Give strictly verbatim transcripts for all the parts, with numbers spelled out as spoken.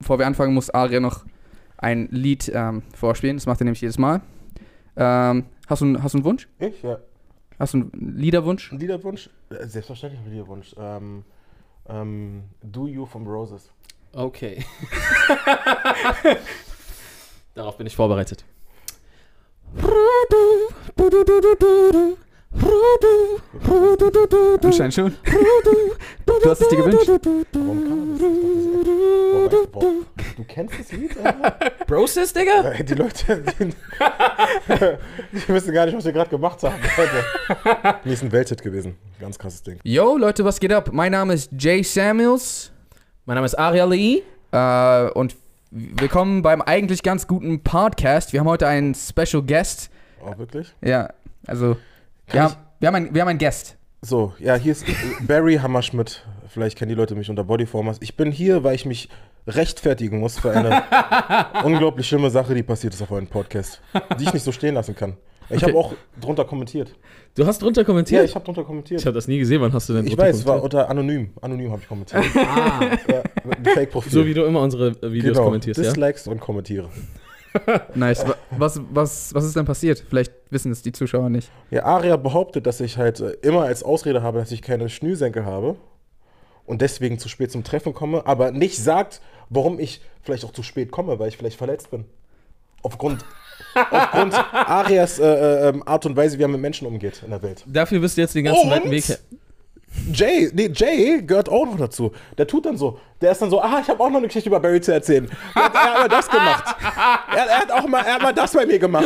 bevor wir anfangen, muss Aria noch ein Lied ähm, vorspielen. Das macht er nämlich jedes Mal. Ähm, hast, du, hast du einen Wunsch? Ich, ja. Hast du einen Liederwunsch? Ein Liederwunsch? Selbstverständlich ein Liederwunsch. Ähm, ähm, Do You from Roses. Okay. Darauf bin ich vorbereitet. Anscheinend schon. Du hast es dir gewünscht. Warum kann man das? Boah, weißt, boah, du kennst das Lied? Broses, Digga? Die Leute, die, die wissen gar nicht, was wir gerade gemacht haben. Nee, ist ein Welthit gewesen. Ganz krasses Ding. Yo, Leute, was geht ab? Mein Name ist Jay Samuels. Mein Name ist Aria Lee. Äh, und willkommen beim eigentlich ganz guten Podcast. Wir haben heute einen Special Guest. Oh, wirklich? Ja, also, wir haben, wir, haben ein, wir haben einen Guest. So, ja, hier ist Barry Hammerschmidt. Vielleicht kennen die Leute mich unter Bodyformers. Ich bin hier, weil ich mich rechtfertigen muss für eine unglaublich schlimme Sache, die passiert ist auf einem Podcast, die ich nicht so stehen lassen kann. Ich okay. habe auch drunter kommentiert. Du hast drunter kommentiert? Ja, ich habe drunter kommentiert. Ich habe das nie gesehen. Wann hast du denn ich drunter weiß, kommentiert? Ich weiß, es war unter Anonym. Anonym habe ich kommentiert. Ah. Ja, mit einem Fake-Profil. So wie du immer unsere Videos genau. kommentierst, Dislikes ja? und kommentiere. Nice. Was, was, was ist denn passiert? Vielleicht wissen es die Zuschauer nicht. Ja, Aria behauptet, dass ich halt immer als Ausrede habe, dass ich keine Schnürsenkel habe und deswegen zu spät zum Treffen komme, aber nicht sagt, warum ich vielleicht auch zu spät komme, weil ich vielleicht verletzt bin. Aufgrund, aufgrund Arias äh, äh, Art und Weise, wie er mit Menschen umgeht in der Welt. Dafür bist du jetzt den ganzen und weiten Weg her. Jay, nee, Jay gehört auch noch dazu. Der tut dann so. Der ist dann so, aha, ich habe auch noch eine Geschichte über Barry zu erzählen. Er hat, er hat mal das gemacht. Er, er hat auch mal, er hat mal das bei mir gemacht.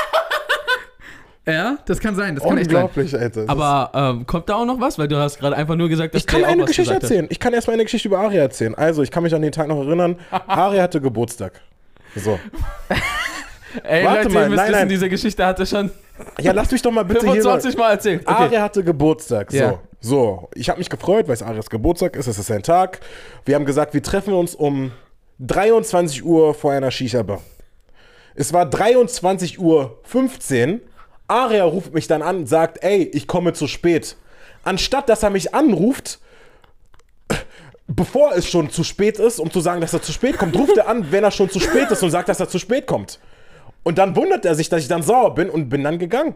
Ja, das kann sein. Das kann echt sein. Unglaublich, Alter. Aber ähm, kommt da auch noch was? Weil du hast gerade einfach nur gesagt, dass ich kann Jay auch eine was Geschichte gesagt erzählen. Ich kann erstmal eine Geschichte über Aria erzählen. Also, ich kann mich an den Tag noch erinnern. Aria hatte Geburtstag. So. Ey, Warte Leute, mal, ihr müsst nein, wissen, nein. diese Geschichte hatte schon Ja, lass mich doch mal bitte fünfundzwanzig hier Mal erzählt. Okay. Aria hatte Geburtstag. So. Ja. So. Ich habe mich gefreut, weil es Arias Geburtstag ist. Es ist sein Tag. Wir haben gesagt, wir treffen uns um dreiundzwanzig Uhr vor einer Shisha-Bar. Es war dreiundzwanzig Uhr fünfzehn. Aria ruft mich dann an und sagt, ey, ich komme zu spät. Anstatt, dass er mich anruft, bevor es schon zu spät ist, um zu sagen, dass er zu spät kommt, ruft er an, wenn er schon zu spät ist und sagt, dass er zu spät kommt. Und dann wundert er sich, dass ich dann sauer bin und bin dann gegangen.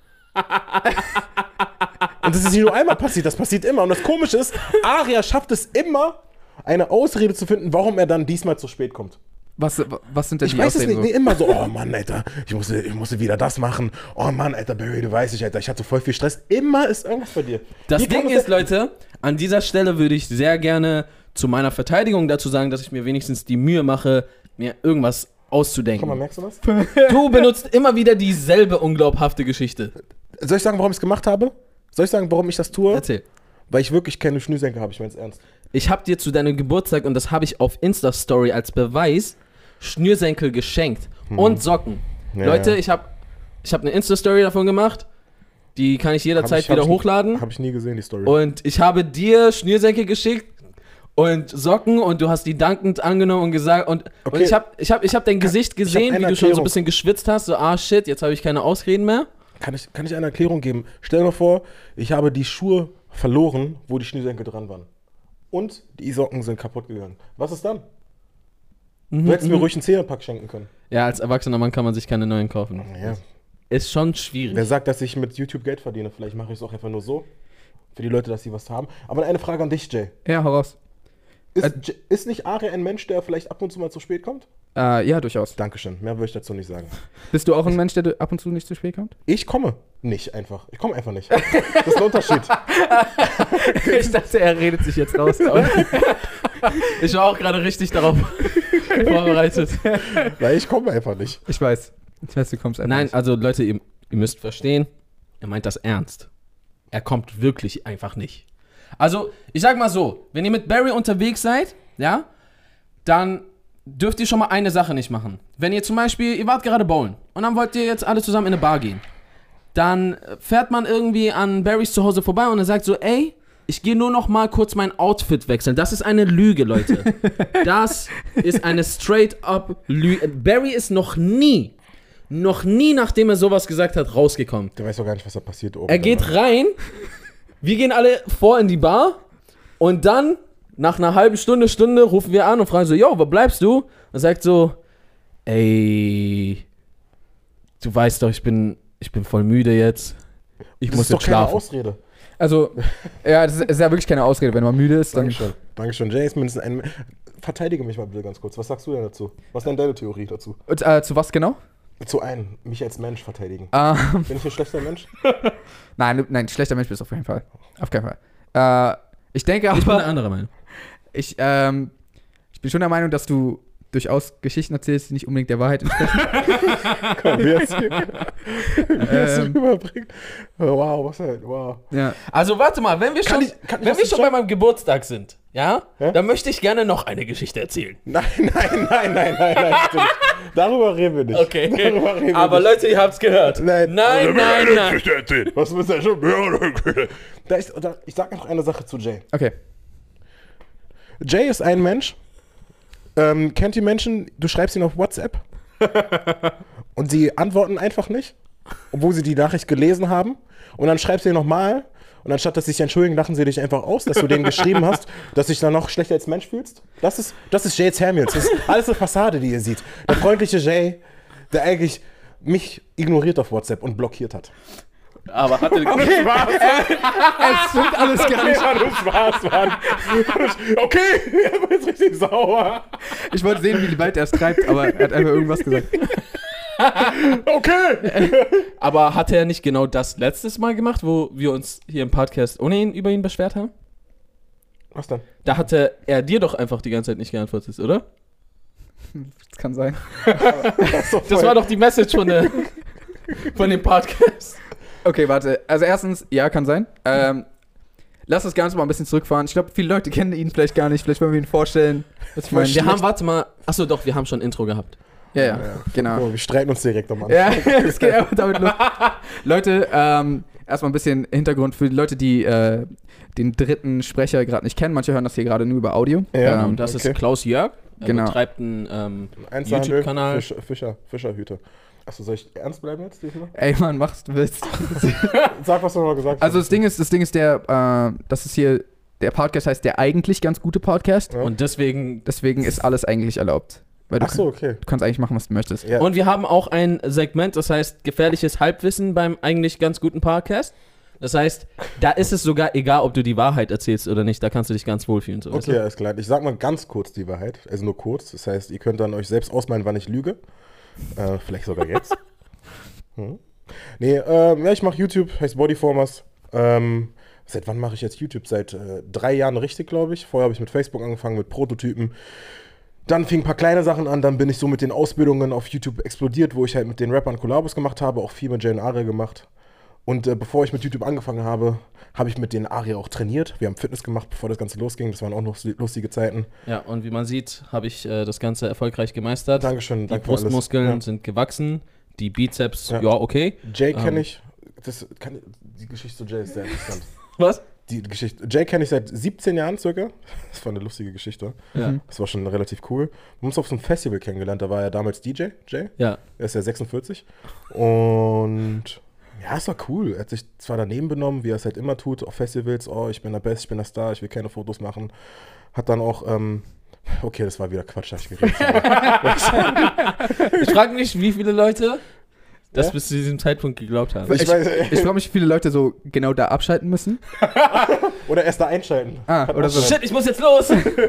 Und das ist nicht nur einmal passiert, das passiert immer. Und das Komische ist, Aria schafft es immer, eine Ausrede zu finden, warum er dann diesmal zu spät kommt. Was, was sind denn Ich die weiß es Ausreden nicht, so? nee, immer so, oh Mann, Alter, ich musste, ich musste wieder das machen. Oh Mann, Alter, Barry, du weißt nicht, Alter, ich hatte voll viel Stress. Immer ist irgendwas bei dir. Das Wie kann Ding das ist, Leute, an dieser Stelle würde ich sehr gerne zu meiner Verteidigung dazu sagen, dass ich mir wenigstens die Mühe mache, mir irgendwas auszudenken. Guck mal, merkst du was? Du benutzt immer wieder dieselbe unglaubhafte Geschichte. Soll ich sagen, warum ich es gemacht habe? Soll ich sagen, warum ich das tue? Erzähl. Weil ich wirklich keine Schnürsenkel habe, ich meine es ernst. Ich habe dir zu deinem Geburtstag, und das habe ich auf Insta-Story als Beweis, Schnürsenkel geschenkt hm. und Socken. Ja, Leute, ja. ich habe ich hab eine Insta-Story davon gemacht. Die kann ich jederzeit Hab ich, hab wieder ich hochladen. Nie, hab ich nie gesehen, die Story. Und ich habe dir Schnürsenkel geschickt und Socken und du hast die dankend angenommen und gesagt und, Okay. und ich habe ich hab, ich hab dein Gesicht gesehen, eine wie du schon so Erklärung. ein bisschen geschwitzt hast, so ah shit, jetzt habe ich keine Ausreden mehr. Kann ich, kann ich eine Erklärung geben? Stell dir mal vor, ich habe die Schuhe verloren, wo die Schnürsenkel dran waren. Und die Socken sind kaputt gegangen. Was ist dann? Mhm, Du hättest mir mhm. ruhig einen Zehnerpack schenken können. Ja, als erwachsener Mann kann man sich keine neuen kaufen. Ja. Ist schon schwierig. Wer sagt, dass ich mit YouTube Geld verdiene? Vielleicht mache ich es auch einfach nur so. Für die Leute, dass sie was haben. Aber eine Frage an dich, Jay. Ja, hau raus. Ist, Äh, J- ist nicht Aria ein Mensch, der vielleicht ab und zu mal zu spät kommt? Äh, ja, durchaus. Dankeschön. Mehr würde ich dazu nicht sagen. Bist du auch ein Mensch, der ab und zu nicht zu spät kommt? Ich komme nicht einfach. Ich komme einfach nicht. Das ist ein Unterschied. Ich dachte, er redet sich jetzt raus. Ich war auch gerade richtig darauf vorbereitet. Weil ich komme einfach nicht. Ich weiß. Ich weiß, du kommst einfach Nein, nicht. also Leute, ihr, ihr müsst verstehen, er meint das ernst. Er kommt wirklich einfach nicht. Also, ich sag mal so, wenn ihr mit Barry unterwegs seid, ja, dann dürft ihr schon mal eine Sache nicht machen. Wenn ihr zum Beispiel, ihr wart gerade bowlen und dann wollt ihr jetzt alle zusammen in eine Bar gehen, dann fährt man irgendwie an Barrys Zuhause vorbei und er sagt so, ey, ich gehe nur noch mal kurz mein Outfit wechseln. Das ist eine Lüge, Leute. Das ist eine straight-up Lüge. Barry ist noch nie, noch nie, nachdem er sowas gesagt hat, rausgekommen. Der weiß doch gar nicht, was da passiert oben. Er geht rein, wir gehen alle vor in die Bar und dann nach einer halben Stunde, Stunde rufen wir an und fragen so, yo, wo bleibst du? Und sagt so, ey, du weißt doch, ich bin, ich bin voll müde jetzt. Ich Das muss ist doch jetzt keine schlafen. Ausrede. Also, ja, das ist, ist ja wirklich keine Ausrede. Wenn man müde ist, dann. Dankeschön. Dankeschön. Jay ist mindestens ein. Verteidige mich mal bitte ganz kurz. Was sagst du denn dazu? Was ist denn deine Theorie dazu? Und, äh, zu was genau? Zu einem, mich als Mensch verteidigen. Ähm, Bin ich ein schlechter Mensch? nein, nein, schlechter Mensch bist du auf jeden Fall. Auf keinen Fall. Äh, ich denke aber. Ich bin eine andere Meinung. Ich, ähm, ich bin schon der Meinung, dass du durchaus Geschichten erzählst, die nicht unbedingt der Wahrheit entsprechen. Komm, wie jetzt hier. Wie jetzt Ähm. rüberbringen. Wow, was halt, wow. Ja. Also warte mal, wenn wir Kann schon, ich- kann ich wenn was wir schon sagen? bei meinem Geburtstag sind, ja, Ja? dann möchte ich gerne noch eine Geschichte erzählen. Nein, nein, nein, nein, nein, nein, stimmt. Darüber reden wir nicht. Okay. Darüber reden wir Aber nicht. Leute, ihr habt's gehört. Nein. nein, nein. nein. Was muss er schon? Da ist, da, ich sag noch eine Sache zu Jay. Okay. Jay ist ein Mensch. Ähm, kennt die Menschen, du schreibst ihn auf WhatsApp und sie antworten einfach nicht, obwohl sie die Nachricht gelesen haben. Und dann schreibst du ihn nochmal und anstatt dass sie sich entschuldigen, lachen sie dich einfach aus, dass du denen geschrieben hast, dass du dich dann noch schlechter als Mensch fühlst. Das ist, das ist Jay Samuels. Das ist alles eine Fassade, die ihr seht. Der freundliche Jay, der eigentlich mich ignoriert auf WhatsApp und blockiert hat. Aber hatte Es stimmt alles gar nicht. Ja, das war's, Mann. Okay, er war jetzt richtig sauer. Ich wollte sehen, wie weit er es treibt, aber er hat einfach irgendwas gesagt. Okay. Aber hat er nicht genau das letztes Mal gemacht, wo wir uns hier im Podcast ohne ihn über ihn beschwert haben? Was denn? Da hatte er dir doch einfach die ganze Zeit nicht geantwortet, oder? Das kann sein. Das war doch die Message von, der, von dem Podcast. Okay, warte. Also erstens, ja, kann sein. Ähm, lass das Ganze mal ein bisschen zurückfahren. Ich glaube, viele Leute kennen ihn vielleicht gar nicht. Vielleicht wollen wir ihn vorstellen. Was ich meine. Wir haben, warte mal, achso doch, wir haben schon ein Intro gehabt. Ja, ja, genau. Oh, wir streiten uns direkt am Anfang. Ja, es geht einfach damit los. Leute, ähm, erstmal ein bisschen Hintergrund für die Leute, die äh, den dritten Sprecher gerade nicht kennen. Manche hören das hier gerade nur über Audio. Ja, ähm, Und das okay. ist Klaus Jörg. Er Genau. betreibt einen ähm, Einzelhandel, YouTube-Kanal. Fisch, Fischer, Fischerhüte. Achso, soll ich ernst bleiben jetzt? Diesmal? ey, Mann, mach's, du willst. Sag, was du nochmal gesagt Also das hast. Ding ist, das Ding ist der, äh, das ist hier, der Podcast heißt der eigentlich ganz gute Podcast. Ja. Und deswegen. Deswegen ist alles eigentlich erlaubt. Weil du, Achso, okay. du kannst eigentlich machen, was du möchtest. Ja. Und wir haben auch ein Segment, das heißt gefährliches Halbwissen beim eigentlich ganz guten Podcast. Das heißt, da ist es sogar egal, ob du die Wahrheit erzählst oder nicht. Da kannst du dich ganz wohlfühlen. So, weißt Okay, alles klar. Ich sag mal ganz kurz die Wahrheit. Also nur kurz. Das heißt, ihr könnt dann euch selbst ausmalen, wann ich lüge. Äh, vielleicht sogar jetzt. Hm. Nee, ähm, ja, ich mache YouTube, heißt Bodyformers. Ähm, seit wann mache ich jetzt YouTube? Seit äh, drei Jahren richtig, glaube ich. Vorher habe ich mit Facebook angefangen, mit Prototypen. Dann fing ein paar kleine Sachen an, dann bin ich so mit den Ausbildungen auf YouTube explodiert, wo ich halt mit den Rappern Kollabos gemacht habe, auch viel mit Jay und Aria gemacht. Und äh, bevor ich mit YouTube angefangen habe, habe ich mit den Aria auch trainiert. Wir haben Fitness gemacht, bevor das Ganze losging. Das waren auch noch lustige Zeiten. Ja, und wie man sieht, habe ich äh, das Ganze erfolgreich gemeistert. Dankeschön, Die danke für alles. Brustmuskeln Ja. sind gewachsen, die Bizeps, ja, Ja. okay. Jay kenne Ähm. ich. Das kann, die Geschichte zu Jay ist sehr interessant. Was? Die Geschichte. Jay kenne ich seit siebzehn Jahren circa. Das war eine lustige Geschichte. Ja. Das war schon relativ cool. Wir haben uns auf so einem Festival kennengelernt. Da war er damals D J, Jay. Ja. Er ist ja sechsundvierzig. Und ja, es war cool. Er hat sich zwar daneben benommen, wie er es halt immer tut, auf Festivals. Oh, ich bin der Best, ich bin der Star, ich will keine Fotos machen. Hat dann auch, ähm, okay, das war wieder Quatsch, dass ich geredet habe. Ich frage mich, wie viele Leute das Ja? bis zu diesem Zeitpunkt geglaubt haben. Ich Ich, weiß- ich frage mich, wie viele Leute so genau da abschalten müssen. Oder erst da einschalten. Ah, oder so. Shit, ich muss jetzt los!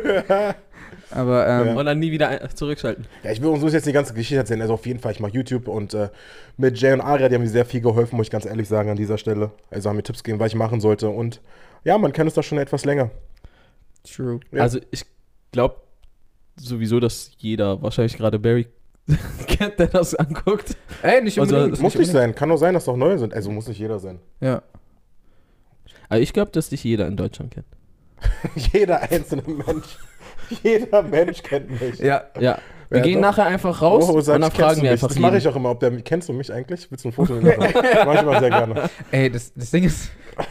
Aber ähm, Und dann nie wieder ein- zurückschalten. Ja, ich will uns jetzt die ganze Geschichte erzählen. Also auf jeden Fall, ich mache YouTube und äh, mit Jay und Aria, die haben mir sehr viel geholfen, muss ich ganz ehrlich sagen, an dieser Stelle. Also haben mir Tipps gegeben, was ich machen sollte. Und ja, man kennt es da schon etwas länger. true. Ja. Also ich glaube sowieso, dass jeder wahrscheinlich gerade Barry kennt, der das anguckt. Ey, nicht Also, unbedingt. das Muss nicht sein. Kann doch sein, dass doch neue sind. Also muss nicht jeder sein. Ja. Aber ich glaube, dass dich jeder in Deutschland kennt. Jeder einzelne Mensch. Jeder Mensch kennt mich. Ja. Ja. Wir Ja, gehen doch. nachher einfach raus Oh, sag und dann ich, kennst fragen du wir mich? einfach Das mache ich jeden. auch immer. Ob der, kennst du mich eigentlich? Willst du ein Foto mit mir machen? Mach ich immer sehr gerne. Ey, das, das Ding ist.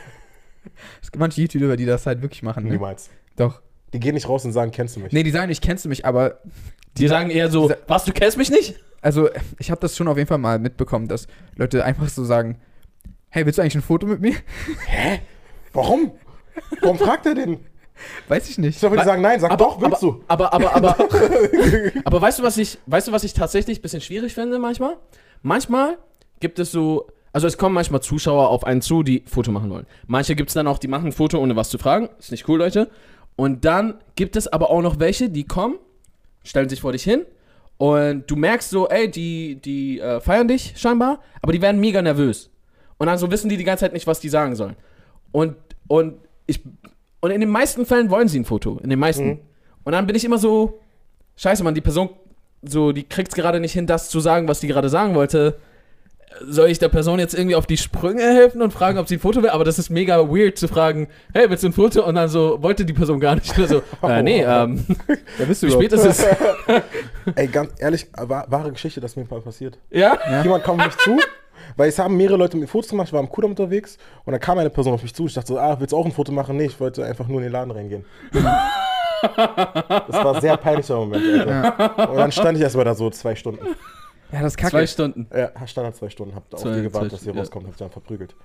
Es gibt manche YouTuber, die das halt wirklich machen. Ne? Niemals. Doch. Die gehen nicht raus und sagen, kennst du mich? Nee, die sagen nicht, kennst du mich, aber. Die sagen eher so, Dieser- was, du kennst mich nicht? Also, ich habe das schon auf jeden Fall mal mitbekommen, dass Leute einfach so sagen: Hey, willst du eigentlich ein Foto mit mir? Hä? Warum? Warum fragt er denn? Weiß ich nicht. Ich würde sagen, nein, sag aber, doch, willst aber, du. Aber, aber, aber, aber, aber weißt du, was ich, weißt du, was ich tatsächlich ein bisschen schwierig finde manchmal? Manchmal gibt es so, also es kommen manchmal Zuschauer auf einen zu, die Foto machen wollen. Manche gibt es dann auch, die machen ein Foto, ohne was zu fragen. Ist nicht cool, Leute. Und dann gibt es aber auch noch welche, die kommen, stellen sich vor dich hin und du merkst so, ey, die, die äh, feiern dich scheinbar, aber die werden mega nervös. Und dann so wissen die die ganze Zeit nicht, was die sagen sollen. Und, und ich, und in den meisten Fällen wollen sie ein Foto. In den meisten. Mhm. Und dann bin ich immer so, scheiße, Mann, die Person, so, die kriegt es gerade nicht hin, das zu sagen, was die gerade sagen wollte. Soll ich der Person jetzt irgendwie auf die Sprünge helfen und fragen, ob sie ein Foto will? Aber das ist mega weird zu fragen, hey, willst du ein Foto? Und dann so, wollte die Person gar nicht. Oder so, äh, nee, ähm, Wer bist du wie spät ist es? Ey, ganz ehrlich, wahr, wahre Geschichte, das ist mir mal passiert. Ja? Ja. Jemand kam auf mich zu, weil es haben mehrere Leute mit mir Fotos gemacht, ich war am Kudamm unterwegs und dann kam eine Person auf mich zu. Ich dachte so, ah, willst du auch ein Foto machen? Nee, ich wollte einfach nur in den Laden reingehen. Das war ein sehr peinlicher Moment, Alter. Ja. Und dann stand ich erstmal da so zwei Stunden. Ja, das ist kacke. Zwei Stunden. Ja, stand da zwei Stunden, hab auf Zwei- die gewartet, zwei- dass ihr ja. rauskommt, hab ich dann verprügelt.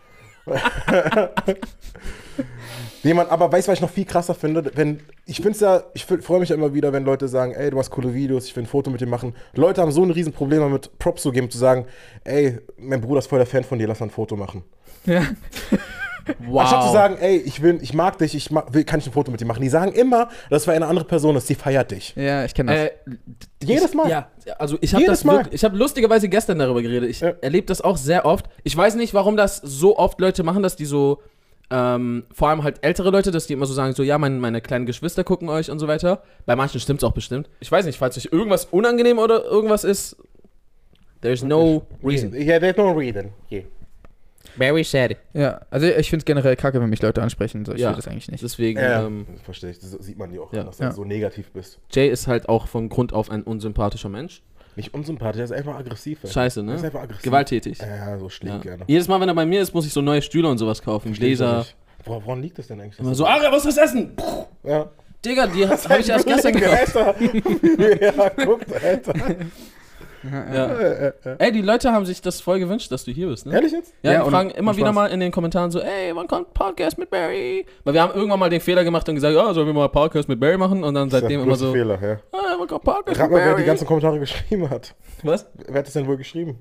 Jemand, aber weißt du, was ich noch viel krasser finde? Wenn, ich find's ja, ich freue mich ja immer wieder, wenn Leute sagen, ey, du hast coole Videos, ich will ein Foto mit dir machen. Leute haben so ein riesen Problem damit, Props zu geben, zu sagen, ey, mein Bruder ist voll der Fan von dir, lass mal ein Foto machen. Ja. Wow. Anstatt zu sagen, ey, ich will, ich mag dich, ich mag, will, kann ich ein Foto mit dir machen. Die sagen immer, dass für eine andere Person ist, die feiert dich. Ja, ich kenne das. Äh, Jedes Mal. Ja, also ich habe Jedes das Mal. wirklich, ich habe lustigerweise gestern darüber geredet. Ich Ja. erlebe das auch sehr oft. Ich weiß nicht, warum das so oft Leute machen, dass die so, ähm, vor allem halt ältere Leute, dass die immer so sagen, so, ja, mein, meine kleinen Geschwister gucken euch und so weiter. Bei manchen stimmt's auch bestimmt. Ich weiß nicht, falls euch irgendwas unangenehm oder irgendwas ist, there's no reason. Yeah, there's no reason. Yeah. Very sad. Ja, also ich finde es generell kacke, wenn mich Leute ansprechen. So, ich Ja. will das eigentlich nicht. Deswegen, Ja, ähm, das verstehe ich. Das sieht man dir auch Ja. an, dass du Ja. so negativ bist. Jay ist halt auch von Grund auf ein unsympathischer Mensch. Nicht unsympathisch, er ist einfach aggressiv. ey. Scheiße, Er ist ne? einfach aggressiv. Gewalttätig. Ja, so schlägt Ja. gerne. Jedes Mal, wenn er bei mir ist, muss ich so neue Stühle und sowas kaufen. Verstehe ich Gläser. nicht. Woran woran liegt das denn eigentlich? Immer so, Aria, was ist das Essen? Puh, Ja. Digga, die habe ich erst gestern gekauft. Alter. Ja, guck, Alter. Ja. Ey, die Leute haben sich das voll gewünscht, dass du hier bist, ne? Ehrlich jetzt? Ja, Ja, die und- fragen immer und wieder Spaß. mal in den Kommentaren so, ey, wann kommt Podcast mit Barry? Weil wir haben irgendwann mal den Fehler gemacht und gesagt, ja, sollen wir mal Podcast mit Barry machen? Und dann Das ist seitdem der immer größte so, Fehler, ja. ah, wann kommt Podcast Rat mit mal, wer die Barry? ganzen Kommentare geschrieben hat. Was? Wer hat das denn wohl geschrieben?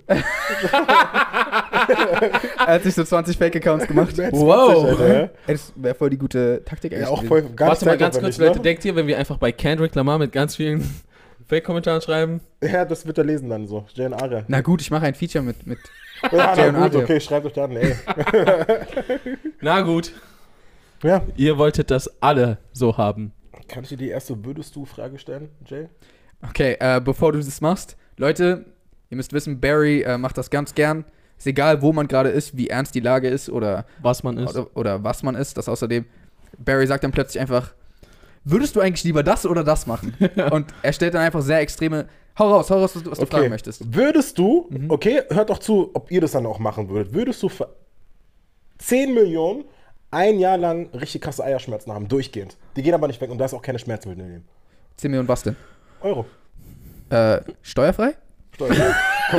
Er hat sich so zwanzig Fake-Accounts gemacht. Ey, Wow. Alter, ja? das wäre voll die gute Taktik Ja, eigentlich auch gewesen. voll gar Warte mal nicht ganz kurz, zeitaufwendig, Leute, denkt ihr, wenn wir einfach bei Kendrick Lamar mit ganz vielen Fake-Kommentaren schreiben? ne? Ja, das wird er lesen dann so. Jane Aria. Na gut, ich mache ein Feature mit, mit Ja, Jay und na gut, Aria. okay, schreibt euch da an, ey. Na gut, Ja. ihr wolltet das alle so haben. Kann ich dir die erste Würdest-du-Frage stellen, Jay? Okay, äh, bevor du das machst, Leute, ihr müsst wissen, Barry äh, macht das ganz gern. Ist egal, wo man gerade ist, wie ernst die Lage ist oder, Was man ist. oder, oder was man ist. Das außerdem, Barry sagt dann plötzlich einfach, würdest du eigentlich lieber das oder das machen? Und er stellt dann einfach sehr extreme, hau raus, hau raus, was du, was du fragen möchtest. Würdest du, Mhm. okay, hört doch zu, ob ihr das dann auch machen würdet, würdest du für zehn Millionen ein Jahr lang richtig krasse Eierschmerzen haben, durchgehend. Die gehen aber nicht weg und da ist auch keine Schmerzmittel in dem. zehn Millionen was denn? Euro. Äh, steuerfrei? Steuerfrei.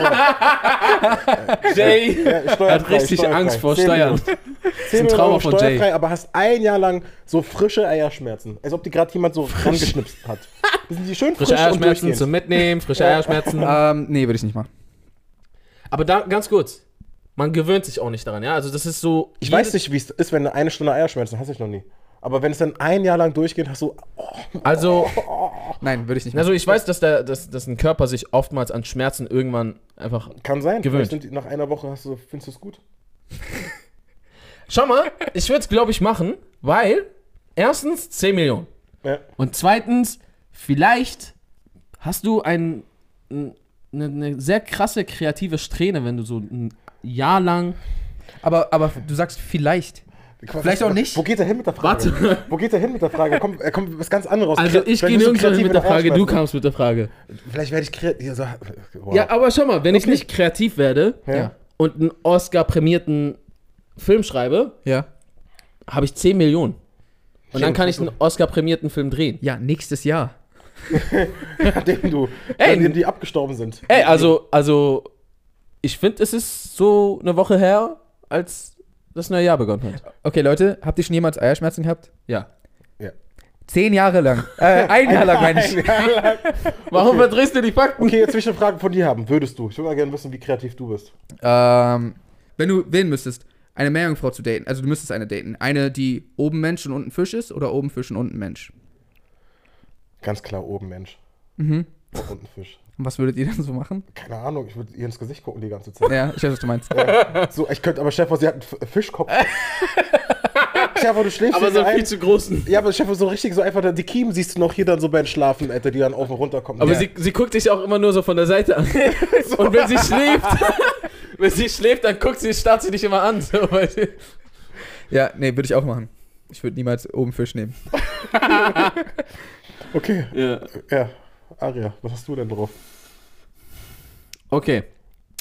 Jay Ja, steuerfrei, hat richtig steuerfrei. Angst vor zehn Steuern. Millionen. ein zehn Trauma Millionen von Jay. steuerfrei, aber hast ein Jahr lang so frische Eierschmerzen. Als ob die gerade jemand so rangeschnipst hat. Das sind die schön frisch Frische und Eierschmerzen durchgehend. zum Mitnehmen, frische Eierschmerzen. Ähm, nee, würde ich nicht machen. Aber da, ganz kurz, man gewöhnt sich auch nicht daran, ja? Also das ist so... Ich jede- weiß nicht, wie es ist, wenn du eine Stunde Eierschmerzen hast, ich noch nie. Aber wenn es dann ein Jahr lang durchgeht, hast du. Oh, Also, Nein, würde ich nicht machen. also ich weiß, dass, der, dass, dass ein Körper sich oftmals an Schmerzen irgendwann einfach... kann sein. Gewöhnt. Vielleicht sind die- nach einer Woche hast du, findest du es gut? Schau mal, ich würde es, glaube ich, machen, weil erstens zehn Millionen Ja. und zweitens vielleicht hast du ein, eine, eine sehr krasse kreative Strähne, wenn du so ein Jahr lang... aber, aber du sagst vielleicht. Vielleicht auch nicht. Wo geht er hin mit der Frage? Warte. Wo geht er hin mit der Frage? Komm, er kommt was ganz anderes. Also ich Vielleicht gehe bist du nirgendwo hin kreativ mit der Frage, du Eierschmerzen. kamst mit der Frage. Vielleicht werde ich kreativ. Ja, so, wow. Ja, aber schau mal, wenn ich nicht kreativ werde Ja. Ja. und einen Oscar-prämierten Film schreibe, Ja. habe ich zehn Millionen. Und Ja, dann kann ich so- einen Oscar-prämierten Film drehen. Ja, nächstes Jahr. Nachdem du, Ey, nachdem die abgestorben sind. Ey, also, also, ich finde, es ist so eine Woche her, als das neue Jahr begonnen hat. Okay, Leute, habt ihr schon jemals Eierschmerzen gehabt? Ja. Ja. Zehn Jahre lang. Äh, ein Jahr lang, meine ich. Ein Jahr lang. Warum Okay. verdrehst du die Fakten? Okay, jetzt will ich eine Frage von dir haben. Würdest du? Ich würde mal gerne wissen, wie kreativ du bist. Ähm, wenn du wählen müsstest, eine Meerjungfrau zu daten, also du müsstest eine daten. Eine, die oben Mensch und unten Fisch ist oder oben Fisch und unten Mensch? Ganz klar, oben Mensch. Mhm. Und unten Fisch. Und was würdet ihr dann so machen? Keine Ahnung, ich würde ihr ins Gesicht gucken die ganze Zeit. Ja, ich weiß, was du meinst. So, ich könnte, aber Chef, sie hat einen F- Fischkopf. Chef, du schläfst Aber hier so ein. viel zu großen. Ja, aber Chef, so richtig so einfach, die Kiemen siehst du noch hier dann so beim Schlafen, Alter, die dann auf und runter kommen. Aber Ja. sie, sie guckt dich auch immer nur so von der Seite an. Und wenn sie schläft, wenn sie schläft, dann guckt sie, starrt sie dich immer an. So, weil sie, Ja, nee, würde ich auch machen. Ich würde niemals oben Fisch nehmen. Okay, ja. ja. Aria, was hast du denn drauf? Okay.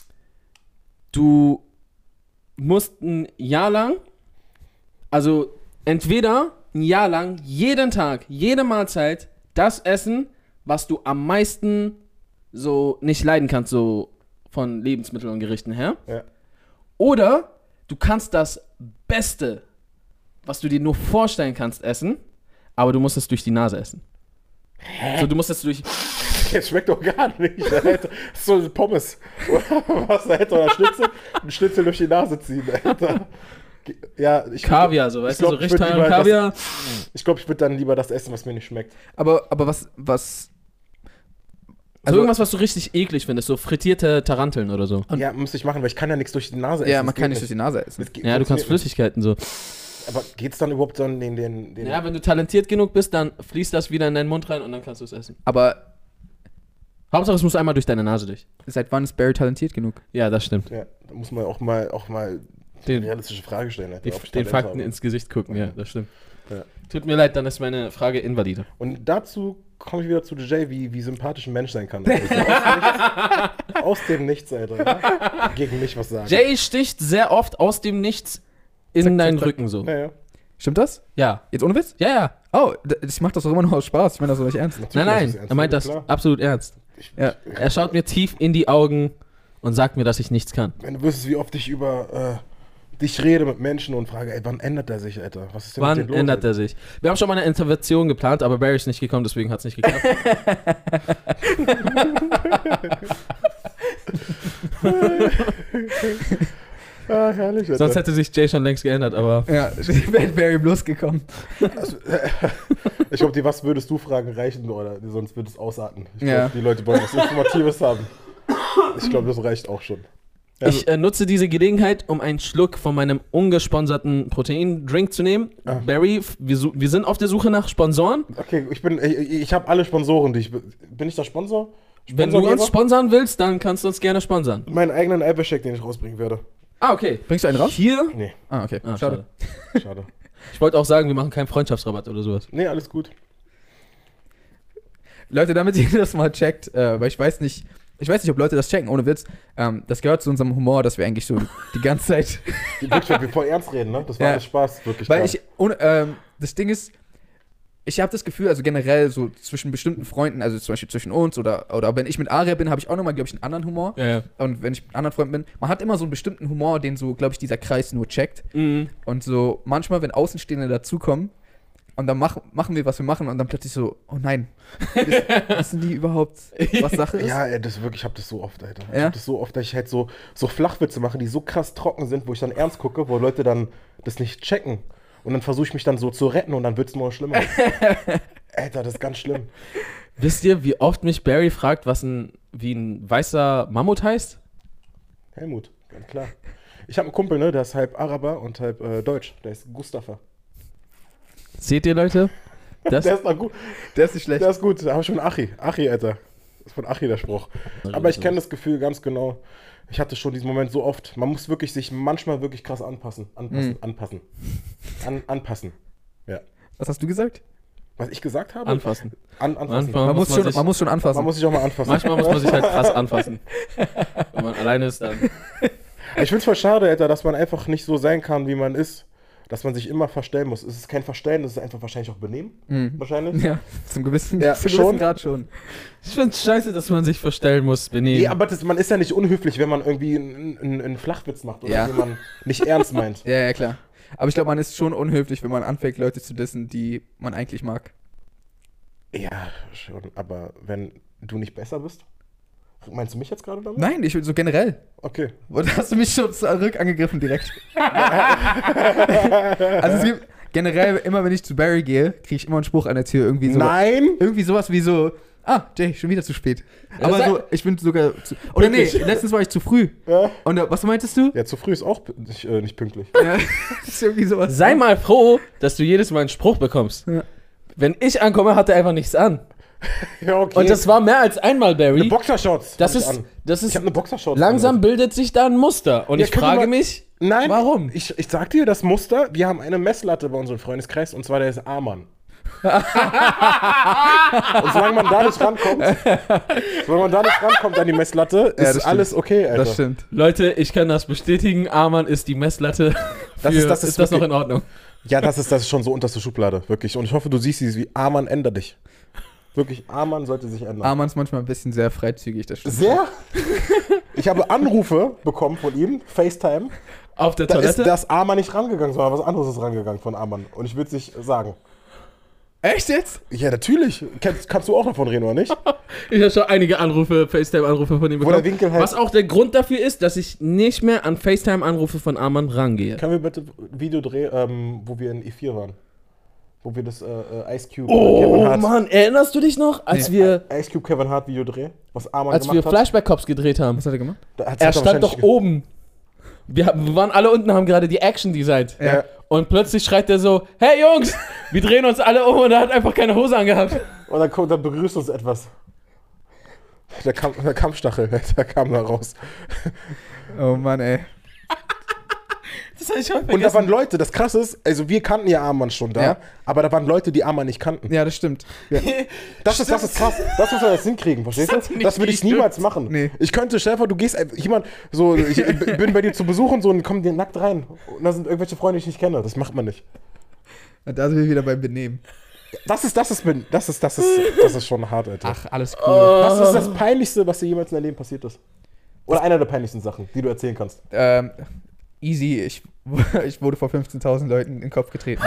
Du musst ein Jahr lang, also entweder ein Jahr lang, jeden Tag, jede Mahlzeit, das essen, was du am meisten so nicht leiden kannst, so von Lebensmitteln und Gerichten her. Ja. Oder du kannst das Beste, was du dir nur vorstellen kannst, essen, aber du musst es durch die Nase essen. So, du musst es durch... Jetzt schmeckt doch gar nicht, Alter. Das ist so ein Pommes. Was, Alter, oder Schnitzel? Ein Schnitzel durch die Nase ziehen, Alter. Ja, ich Kaviar, so, weißt ich glaub, du, so ich richtig würd teuren lieber Kaviar. Ich glaube, ich würde dann lieber das essen, was mir nicht schmeckt. Aber, aber was, was... Also irgendwas, was du richtig eklig findest, so frittierte Taranteln oder so. Ja, muss ich machen, weil ich kann ja nichts durch die Nase essen. Ja, das man geht kann nicht durch die Nase essen. Das geht- Ja, du kannst funktioniert Flüssigkeiten so. nicht. Aber geht's dann überhaupt dann den, den, den Ja, wenn du talentiert genug bist, dann fließt das wieder in deinen Mund rein und dann kannst du es essen. Aber Hauptsache, es muss einmal durch deine Nase durch. seit wann ist Barry talentiert genug? Ja, das stimmt. Ja, da muss man auch mal, auch mal Den, eine realistische Frage stellen. Alter, die, ob ich den Talent Fakten habe. ins Gesicht gucken, ja, das stimmt. Ja. Tut mir leid, dann ist meine Frage invalide. Und dazu komme ich wieder zu Jay, wie, wie sympathisch ein Mensch sein kann. Also aus, dem Nichts, aus dem Nichts, Alter. Ja? Gegen mich was sagen. Jay sticht sehr oft aus dem Nichts in Zack, deinen zack, zack. Rücken so. Ja, ja. Stimmt das? Ja. Jetzt ohne Witz? Ja, ja. Oh, d- ich mach das doch immer nur aus Spaß. Ich meine das doch nicht ernst. Natürlich Nein, ist es nein, ernst, er meint ja, das klar. absolut ernst. Ich, Ja. Er schaut mir tief in die Augen und sagt mir, dass ich nichts kann. Wenn du wüsstest, wie oft ich über äh, dich rede mit Menschen und frage, ey, wann ändert er sich, Alter? Was ist denn mit Wann dem los, ändert Alter? er sich? Wir haben schon mal eine Intervention geplant, aber Barry ist nicht gekommen, deswegen hat es nicht geklappt. Ah, herrlich, Alter. Sonst hätte sich Jay schon längst geändert, aber Ja, wäre Barry bloß gekommen. Ich glaube, die Was würdest du Fragen reichen, oder sonst wird es ausarten. Ich Ja. glaube, die Leute wollen was Informatives haben. Ich glaube, das reicht auch schon. Also, ich äh, nutze diese Gelegenheit, um einen Schluck von meinem ungesponserten Proteindrink zu nehmen. Ah. Barry, f- wir, su- wir sind auf der Suche nach Sponsoren. okay, ich bin, ich, ich habe alle Sponsoren, die ich bin. Bin ich der Sponsor? Wenn du uns Sponsorgeber? sponsern willst, dann kannst du uns gerne sponsern. Meinen eigenen Apple-Shake, den ich rausbringen werde. Ah, okay. Bringst du einen raus? Hier? Nee, Ah, okay. Ah, schade. schade. schade. Ich wollte auch sagen, wir machen keinen Freundschaftsrabatt oder sowas. Nee, alles gut. Leute, damit ihr das mal checkt, äh, weil ich weiß nicht, ich weiß nicht, ob Leute das checken, ohne Witz. Ähm, das gehört zu unserem Humor, dass wir eigentlich so die ganze Zeit. Die wirklich, wir voll ernst reden, ne? Das war Ja. alles Spaß, wirklich. Weil klar. ich, ohne, ähm, das Ding ist, ich habe das Gefühl, also generell so zwischen bestimmten Freunden, also zum Beispiel zwischen uns oder, oder wenn ich mit Aria bin, habe ich auch nochmal, glaube ich, einen anderen Humor. Ja, ja. Und wenn ich mit anderen Freunden bin, man hat immer so einen bestimmten Humor, den so, glaube ich, dieser Kreis nur checkt. Mhm. Und so manchmal, wenn Außenstehende dazukommen und dann mach, machen wir, was wir machen und dann plötzlich so, oh nein, wissen, wissen die überhaupt, was Sache ist? Ja, ey, das wirklich, ich hab das so oft, Alter. Ich Ja? hab das so oft, dass ich halt so, so Flachwitze mache, die so krass trocken sind, wo ich dann ernst gucke, wo Leute dann das nicht checken. Und dann versuche ich mich dann so zu retten und dann wird es nur schlimmer. Alter, das ist ganz schlimm. Wisst ihr, wie oft mich Barry fragt, was ein, wie ein weißer Mammut heißt? Helmut, ganz klar. Ich habe einen Kumpel, ne, der ist halb Araber und halb äh, Deutsch. Der ist Gustafa. Seht ihr, Leute? Das, Der ist doch gut. Der ist nicht schlecht. Der ist gut. Da habe ich schon Achi. Achi, Alter. Das ist von Achi der Spruch. Aber ich kenne das Gefühl ganz genau. Ich hatte schon diesen Moment so oft. Man muss wirklich sich manchmal wirklich krass anpassen. Anpassen. Mhm. Anpassen. An, anpassen. Ja. Was hast du gesagt? Was ich gesagt habe? Anfassen. An, anfassen. Manchmal Man, muss man schon, sich- man muss schon anfassen. Man muss sich auch mal anfassen. Manchmal muss man sich halt krass anfassen. Wenn man alleine ist, dann. Ich finde es voll schade, Alter, dass man einfach nicht so sein kann, wie man ist. Dass man sich immer verstellen muss. Es ist kein Verstellen, es ist einfach wahrscheinlich auch Benehmen. Mhm. Wahrscheinlich. Ja, zum gewissen, Ja, zum schon. gewissen Grad schon. Ich find's scheiße, dass man sich verstellen muss, Benny. Nee, aber das, man ist ja nicht unhöflich, wenn man irgendwie einen, einen, einen Flachwitz macht oder Ja. den man nicht ernst meint. Ja, ja, klar. Aber ich glaube, man ist schon unhöflich, wenn man anfängt, Leute zu dissen, die man eigentlich mag. Ja, schon. Aber wenn du nicht besser bist? Meinst du mich jetzt gerade damit? Nein, ich will so generell. Okay. Und hast du mich schon zurück angegriffen direkt? Also es gibt generell, immer wenn ich zu Barry gehe, kriege ich immer einen Spruch an der Tür. Irgendwie so, Nein! Irgendwie sowas wie so, ah, Jay, schon wieder zu spät. Aber sag- so, ich bin sogar zu, oder nee, Pünktlich. letztens war ich zu früh. Ja. Und äh, was meintest du? Ja, zu früh ist auch p- nicht, äh, nicht pünktlich. Ja, das ist irgendwie sowas. Sei mal froh, dass du jedes Mal einen Spruch bekommst. Ja. Wenn ich ankomme, hat er einfach nichts an. Ja, okay. Und das war mehr als einmal, Barry. eine Boxershorts. Das hab ich ist, an. das Ich ist habe eine Boxershorts. langsam an. bildet sich da ein Muster. Und Ja, ich können wir frage mal- mich, Nein. warum? Ich, ich sag dir das Muster. Wir haben eine Messlatte bei unserem Freundeskreis und zwar der ist Amann. Und solange man da nicht rankommt, solange man da nicht rankommt an die Messlatte, Ja, ist das alles okay, Alter. Das stimmt. Leute, ich kann das bestätigen. Amann ist die Messlatte. Das Für, ist- das ist ist das noch wirklich- in Ordnung? Ja, das ist, das ist schon so unterste Schublade, wirklich. Und ich hoffe, du siehst dieses wie Amann, änder dich. Wirklich, Amann sollte sich ändern. Arman ist manchmal ein bisschen sehr freizügig, das stimmt. Sehr? Ich habe Anrufe bekommen von ihm, FaceTime. Auf der Da ist Toilette? das Amann nicht rangegangen, sondern was anderes ist rangegangen von Amann. Und ich würde es nicht sagen. Echt jetzt? Ja, natürlich. Kannst, kannst du auch davon reden, oder nicht? Ich habe schon einige Anrufe, FaceTime-Anrufe von ihm Wo bekommen. der Winkel halt- Was auch der Grund dafür ist, dass ich nicht mehr an FaceTime-Anrufe von Arman rangehe. Können wir bitte ein Video drehen, ähm, wo wir in E vier waren? Wo wir das äh, äh, Ice Cube Oh Kevin Hart, Mann, erinnerst du dich noch, als wir, Ice Cube Kevin Hart Video drehen? Was Amann als wir gemacht hat? Flashback Cops gedreht haben? Was hat er gemacht? Da hat's Er halt stand wahrscheinlich doch ge- oben. Wir, haben- wir waren alle unten, haben gerade die Action designt. Ja. Und plötzlich schreit er so, hey Jungs, wir drehen uns alle um und er hat einfach keine Hose angehabt. Und dann, kommt, dann begrüßt uns etwas. Der, Kamp der Kampfstachel, der kam da raus. Oh Mann, ey. Das hab ich schon Und da vergessen. waren Leute, das krasse ist, also wir kannten ja Arman schon da, Ja. aber da waren Leute, die Arman nicht kannten. Ja, das stimmt. Das ist, das ist krass. Das muss man jetzt hinkriegen, verstehst Das hat du? nicht Das würde ich gestimmt. niemals machen. Nee. Ich könnte, stell dir vor, du gehst einfach, jemand, so, ich b- bin bei dir zu Besuch und so und komm dir nackt rein. Und da sind irgendwelche Freunde, die ich nicht kenne. Das macht man nicht. Und da sind wir wieder beim Benehmen. Das ist, das ist, das ist, das ist, das ist schon hart, Alter. Ach, alles cool. Was ist das Peinlichste, was dir jemals in deinem Leben passiert ist? Oder einer der peinlichsten Sachen, die du erzählen kannst? Ähm, easy, ich, ich wurde vor fünfzehntausend Leuten in den Kopf getreten.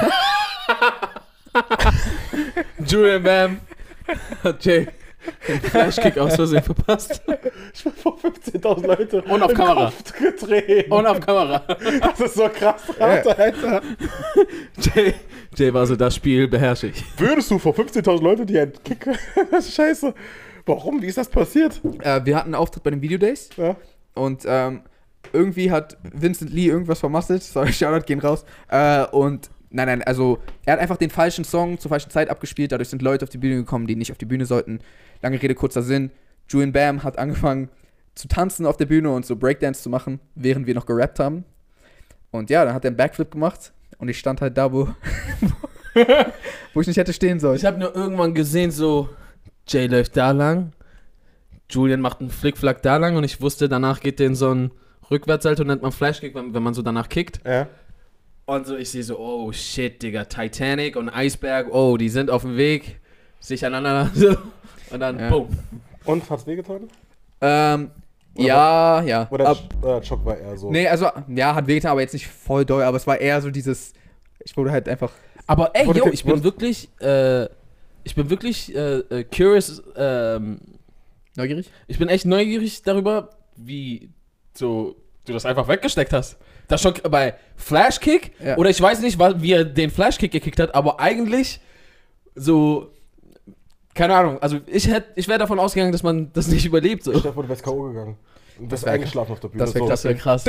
Julian Bam hat Jay den Flashkick aus Versehen verpasst. Ich bin vor fünfzehntausend Leute Und auf im Kamera. Kopf getreten. Und auf Kamera. Das ist so krass, Alter, Alter. Jay, Jay war so, das Spiel beherrsche ich. Würdest du vor fünfzehntausend Leute dir einen Kick... Das ist scheiße. Warum? Wie ist das passiert? Äh, wir hatten einen Auftritt bei den Videodays Ja. und ähm, irgendwie hat Vincent Lee irgendwas vermasselt. Sorry, Shoutout, gehen raus. Äh, und nein, nein, also er hat einfach den falschen Song zur falschen Zeit abgespielt. Dadurch sind Leute auf die Bühne gekommen, die nicht auf die Bühne sollten. Lange Rede, kurzer Sinn. Julian Bam hat angefangen zu tanzen auf der Bühne und so Breakdance zu machen, während wir noch gerappt haben. Und ja, dann hat er einen Backflip gemacht und ich stand halt da, wo, wo ich nicht hätte stehen sollen. Ich habe nur irgendwann gesehen, so, Jay läuft da lang, Julian macht einen Flickflack da lang und ich wusste, danach geht der in so einen Rückwärtssalto, nennt man Flashkick, wenn, wenn man so danach kickt. Ja. Und so, ich sehe so, oh shit, Digga, Titanic und Eisberg, oh, die sind auf dem Weg, sich aneinander, so. Und dann, Ja. boom. Und hat's wehgetan? Ähm, Oder ja, ja. Oder Ab, äh, Schock war eher so. nee, also, ja, hat wehgetan, aber jetzt nicht voll doll, aber es war eher so dieses, ich wurde halt einfach, Aber ey, Wurde yo, ge- ich bin wurde- wirklich, äh, ich bin wirklich äh, äh, curious, ähm, neugierig. ich bin echt neugierig darüber, wie so du das einfach weggesteckt hast. Das schon bei Flashkick, Ja. oder ich weiß nicht, wa- wie er den Flashkick gekickt hat, aber eigentlich so, keine Ahnung, also ich hätte, ich wäre davon ausgegangen, dass man das nicht überlebt. So. Stefan, du wärst K O gegangen. Und Das bist wär- eingeschlafen auf der Bühne. das wär so. Das wäre krass.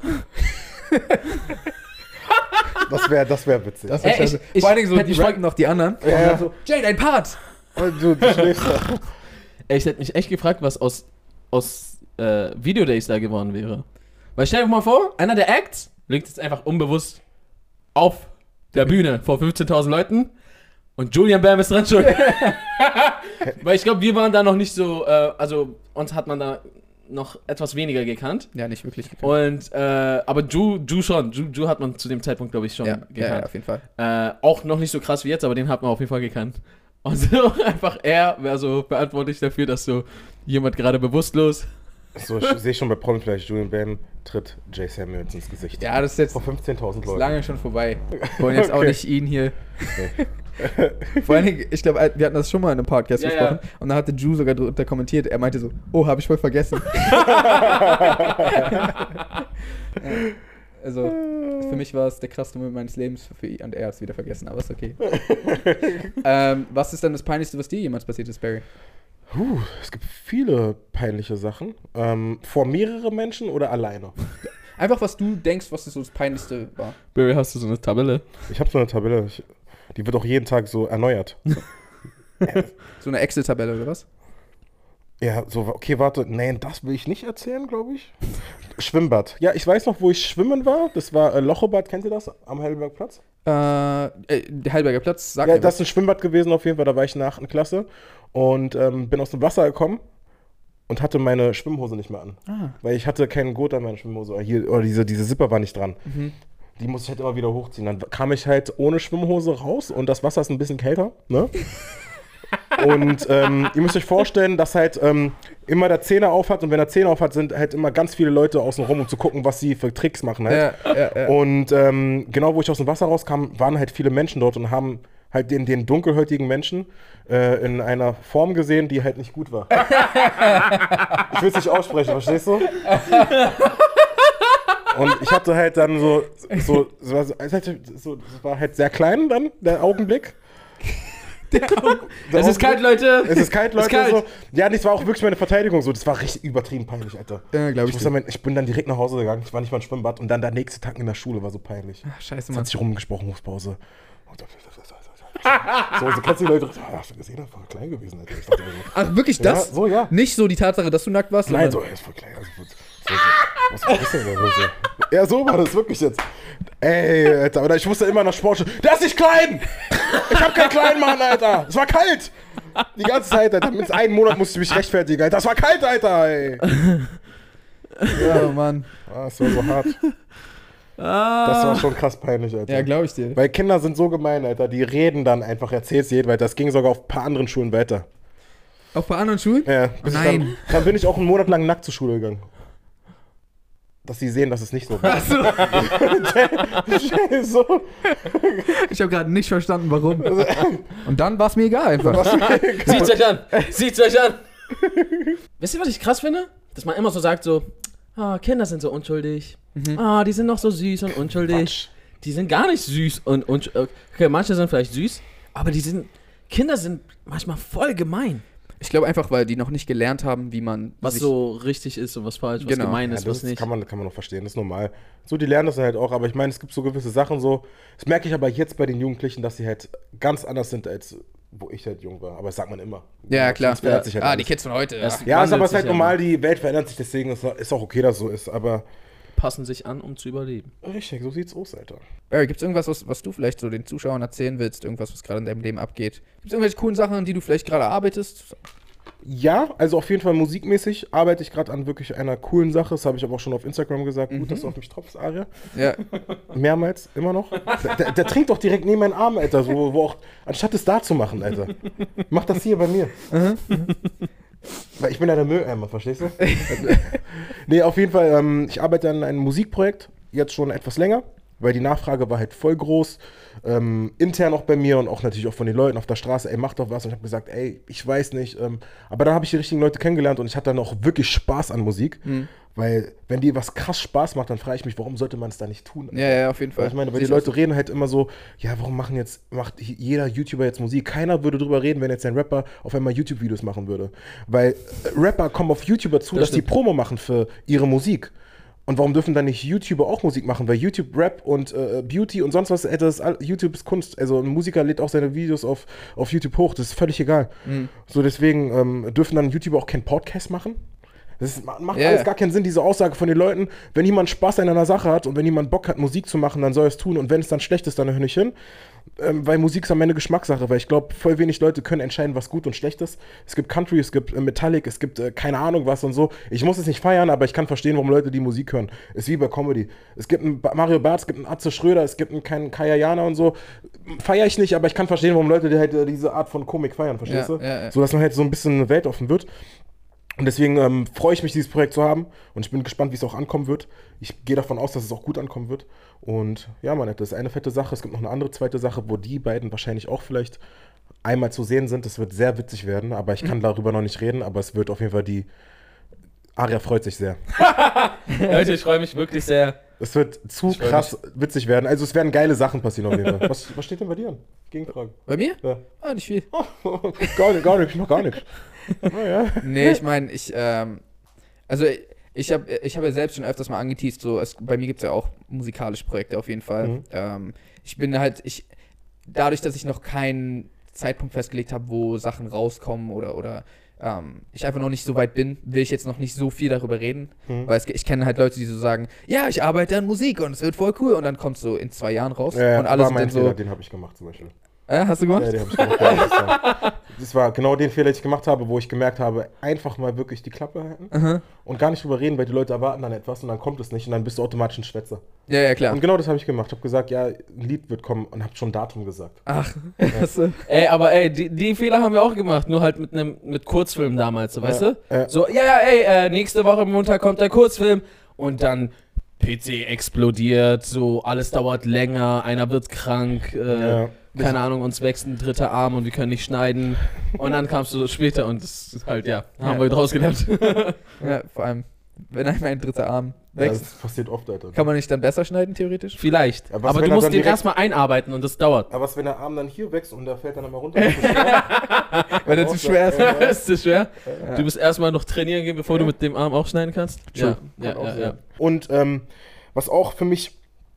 Das wäre das wär witzig. Das war Ey, scheiße. ich- ich Vor allen Dingen so, hätte die mich rappen noch die anderen. Ja, Und ja. dann so, Jay, dein Part! Und du, du schläfst da. Ey, ich hätte mich echt gefragt, was aus, aus äh, Videodays da geworden wäre. Weil stell dir mal vor, einer der Acts liegt jetzt einfach unbewusst auf der Bühne vor fünfzehntausend Leuten und Julian Bam ist dran schuld. Weil ich glaube, wir waren da noch nicht so, äh, also uns hat man da noch etwas weniger gekannt. Ja, nicht wirklich. Und, äh, aber Ju, Ju schon. Ju, Ju hat man zu dem Zeitpunkt, glaube ich, schon Ja, ja, ja, gekannt. auf jeden Fall. Äh, auch noch nicht so krass wie jetzt, aber den hat man auf jeden Fall gekannt. Und so einfach er wäre so verantwortlich dafür, dass so jemand gerade bewusstlos. So, ich sehe schon bei Promi-Flash, Julian Bam tritt Jay Samuels ins Gesicht. Ja, das ist jetzt Vor fünfzehntausend ist Leuten. lange schon vorbei. Wir wollen jetzt auch Okay. nicht ihn hier. Nee. Vor allen Dingen, ich glaube, wir hatten das schon mal in einem Podcast Ja, besprochen. Und da hatte Ju sogar drunter kommentiert. Er meinte so, oh, habe ich voll vergessen. Also, für mich war es der krasseste Moment meines Lebens. Für ihn und er hat es wieder vergessen, aber ist okay. ähm, was ist dann das Peinlichste, was dir jemals passiert ist, Barry? Puh, es gibt viele peinliche Sachen. Ähm, vor mehrere Menschen oder alleine? Einfach, was du denkst, was so das Peinlichste war. Barry, hast du so eine Tabelle? Ich habe so eine Tabelle, ich, die wird auch jeden Tag so erneuert. So eine Excel-Tabelle oder was? Ja, so, okay, warte, nein, das will ich nicht erzählen, glaube ich. Schwimmbad. Ja, ich weiß noch, wo ich schwimmen war. Das war äh, Lochobad, kennt ihr das? Am Heidelbergplatz? Äh, äh, der Heidelberger Platz, sag Ja, mir das was. ist ein Schwimmbad gewesen auf jeden Fall, da war ich in der achten Klasse und ähm, bin aus dem Wasser gekommen und hatte meine Schwimmhose nicht mehr an. Ah. Weil ich hatte keinen Gurt an meiner Schwimmhose. Oder, hier, oder diese, diese Zipper war nicht dran. Mhm. Die musste ich halt immer wieder hochziehen. Dann kam ich halt ohne Schwimmhose raus und das Wasser ist ein bisschen kälter, ne? Und ähm, ihr müsst euch vorstellen, dass halt ähm, immer der Zähne auf hat und wenn er Zähne auf hat, sind halt immer ganz viele Leute außen rum, um zu gucken, was sie für Tricks machen halt. Ja, ja, ja. Und ähm, genau, wo ich aus dem Wasser rauskam, waren halt viele Menschen dort und haben halt den, den dunkelhäutigen Menschen äh, in einer Form gesehen, die halt nicht gut war. Ich will es nicht aussprechen, verstehst du? Und ich hatte halt dann so, so, so, so, so das war halt sehr klein dann, der Augenblick. Es ist kalt, Leute! Es ist kalt, Leute. Es ist kalt. So. Ja, das war auch wirklich meine Verteidigung so. Das war richtig übertrieben peinlich, Alter. Ja, glaube Ich, ich. muss sagen, ich bin dann direkt nach Hause gegangen. Ich war nicht mal im Schwimmbad. Und dann der nächste Tag in der Schule war so peinlich. Ach, scheiße, Es Mann. hat sich rumgesprochen, Hofpause. So, so kennst du die Leute. Ah, hast du gesehen, das war klein gewesen, Alter. Ich dachte, Ach, wirklich ja, das? so, ja. Nicht so die Tatsache, dass du nackt warst? Nein, sondern- so, er ist voll klein. Also, so, so, was war das denn da? So. Ja, so war das wirklich jetzt. Ey, Alter, oder ich wusste immer nach Sport. Der ist nicht klein! Ich hab keinen kleinen Mann, Alter! Es war kalt! Die ganze Zeit, Alter. Mit einem Monat musste ich mich rechtfertigen, Alter. Es war kalt, Alter, ey! Ja, oh Mann. Ah, es war so hart. Das war schon krass peinlich, Alter. Ja, glaube ich dir. Weil Kinder sind so gemein, Alter. Die reden dann einfach, erzähl's jedem, weil das ging sogar auf ein paar anderen Schulen weiter. Auch bei anderen Schulen? Ja, bis ich Nein. Dann, dann bin ich auch einen Monat lang nackt zur Schule gegangen. Dass sie sehen, dass es nicht so war. Achso, so. ich habe gerade nicht verstanden, warum. Und dann war es mir egal einfach. Sieht's euch an! Sieht's euch an! Wisst ihr, was ich krass finde? Dass man immer so sagt, so, ah, Kinder sind so unschuldig. Ah, die sind noch so süß und unschuldig. Quatsch. Die sind gar nicht süß und unschuldig. Okay, manche sind vielleicht süß, aber die sind, Kinder sind manchmal voll gemein. Ich glaube einfach, weil die noch nicht gelernt haben, wie man Was sich so richtig ist und was falsch, was Genau. gemein Ja, ist, das was nicht. kann man, kann man noch verstehen, das ist normal. So, die lernen das halt auch, aber ich meine, es gibt so gewisse Sachen so, das merke ich aber jetzt bei den Jugendlichen, dass sie halt ganz anders sind, als wo ich halt jung war. Aber das sagt man immer. Ja, klar. Das verändert sich halt ah, alles. die Kids von heute. Das- Ja. Ja, ist aber wandelt es ist halt sich ja normal, die Welt verändert sich, deswegen ist ist auch okay, dass es so ist. Aber Passen sich an, um zu überleben. richtig, so sieht's aus, Alter. Barry, gibt es irgendwas, was, was du vielleicht so den Zuschauern erzählen willst? Irgendwas, was gerade in deinem Leben abgeht? Gibt es irgendwelche coolen Sachen, an die du vielleicht gerade arbeitest? Ja, also auf jeden Fall musikmäßig arbeite ich gerade an wirklich einer coolen Sache. Das habe ich aber auch schon auf Instagram gesagt. Gut, dass du auf mich tropfst, Aria. Ja. Mehrmals, immer noch. Der, der, der trinkt doch direkt neben meinen Arm, Alter. So, wo auch, anstatt es da zu machen, Alter. Mach das hier bei mir. Weil ich bin ja der Mülleimer, verstehst du? Nee, auf jeden Fall, ähm, ich arbeite an einem Musikprojekt, jetzt schon etwas länger, weil die Nachfrage war halt voll groß. Ähm, intern auch bei mir und auch natürlich auch von den Leuten auf der Straße, ey, mach doch was. Und ich habe gesagt, ey, ich weiß nicht. Ähm, aber dann habe ich die richtigen Leute kennengelernt und ich hatte dann auch wirklich Spaß an Musik. Weil, wenn dir was krass Spaß macht, dann frage ich mich, warum sollte man es da nicht tun? Ja, ja, auf jeden Fall. Weil ich meine, weil Sehe die ich Leute reden halt immer so, ja, warum machen jetzt, macht jeder YouTuber jetzt Musik? Keiner würde drüber reden, wenn jetzt ein Rapper auf einmal YouTube-Videos machen würde. Weil äh, Rapper kommen auf YouTuber zu, Das dass die stimmt. Promo machen für ihre Musik. Und warum dürfen dann nicht YouTuber auch Musik machen? Weil YouTube, Rap und äh, Beauty und sonst was, äh, das ist all, YouTube ist Kunst. Also ein Musiker lädt auch seine Videos auf, auf YouTube hoch, das ist völlig egal. So deswegen ähm, dürfen dann YouTuber auch keinen Podcast machen. Das ist, macht Ja. alles gar keinen Sinn, diese Aussage von den Leuten. Wenn jemand Spaß an einer Sache hat und wenn jemand Bock hat, Musik zu machen, dann soll er es tun. Und wenn es dann schlecht ist, dann hör nicht hin. Ähm, weil Musik ist am Ende Geschmackssache. Weil ich glaube, voll wenig Leute können entscheiden, was gut und schlecht ist. Es gibt Country, es gibt äh, Metallic, es gibt äh, keine Ahnung was und so. Ich muss es nicht feiern, aber ich kann verstehen, warum Leute die Musik hören. Ist wie bei Comedy. Es gibt einen Ba- Mario Barth, es gibt einen Atze Schröder, es gibt einen keinen Kaya Jana und so. Feier ich nicht, aber ich kann verstehen, warum Leute die halt äh, diese Art von Komik feiern. Verstehst Ja, du? ja, ja. So, dass man halt so ein bisschen eine Welt offen wird. Und deswegen ähm, freue ich mich, dieses Projekt zu haben. Und ich bin gespannt, wie es auch ankommen wird. Ich gehe davon aus, dass es auch gut ankommen wird. Und ja, man, das ist eine fette Sache. Es gibt noch eine andere zweite Sache, wo die beiden wahrscheinlich auch vielleicht einmal zu sehen sind. Das wird sehr witzig werden, aber ich kann mhm. darüber noch nicht reden. Aber es wird auf jeden Fall die... Aria freut sich sehr. Leute, ich freue mich wirklich sehr. Es wird zu krass mich. witzig werden. Also es werden geile Sachen passieren auf jeden Fall. Was, was steht denn bei dir an? Gegenfrage. Bei mir? Ja. Ah, nicht viel. Oh, gar nicht, gar nicht, noch gar nicht. Oh, ja. Nee, ich meine, ich, ähm, also ich habe ich hab ja selbst schon öfters mal angeteased, so, es, bei mir gibt es ja auch musikalische Projekte auf jeden Fall. Mhm. Ähm, ich bin halt, ich, dadurch, dass ich noch keinen Zeitpunkt festgelegt habe, wo Sachen rauskommen oder, oder ähm, ich einfach noch nicht so weit bin, will ich jetzt noch nicht so viel darüber reden, mhm. weil es, ich kenne halt Leute, die so sagen, ja, ich arbeite an Musik und es wird voll cool und dann kommt es so in zwei Jahren raus. Ja, und alles war mein so, Fehler, den habe ich gemacht zum Beispiel. Äh, hast du gemacht? Ja, den habe ich gemacht. Ja, das, war, das war genau den Fehler, den ich gemacht habe, wo ich gemerkt habe, einfach mal wirklich die Klappe halten uh-huh. und gar nicht drüber reden, weil die Leute erwarten dann etwas und dann kommt es nicht und dann bist du automatisch ein Schwätzer. Ja, ja, klar. Und genau das habe ich gemacht. Ich habe gesagt, ja, ein Lied wird kommen und habe schon ein Datum gesagt. Ach, ja. Ey, aber ey, die, die Fehler haben wir auch gemacht, nur halt mit einem mit Kurzfilm damals, so, weißt ja, du? Ja. So, ja, ja, ey, äh, nächste Woche Montag kommt der Kurzfilm und dann P C explodiert, so, alles dauert länger, einer wird krank, äh, ja. keine Ahnung, uns wächst ein dritter Arm und wir können nicht schneiden. Und dann kamst du so später und das ist halt, ja, haben ja. wir draus gelernt. Ja, vor allem, wenn einmal ein dritter Arm wächst. Ja, das passiert oft, Alter. Kann man nicht dann besser schneiden, theoretisch? Vielleicht. Aber, aber du musst den erstmal einarbeiten und das dauert. Aber was, wenn der Arm dann hier wächst und der fällt dann immer runter? Ist schwer? Wenn er zu schwer ist. Ja. Ist zu schwer? Ja. Du musst erstmal noch trainieren gehen, bevor ja. du mit dem Arm auch schneiden kannst? Ja. Ja, ja, ja. Und ähm, was auch für mich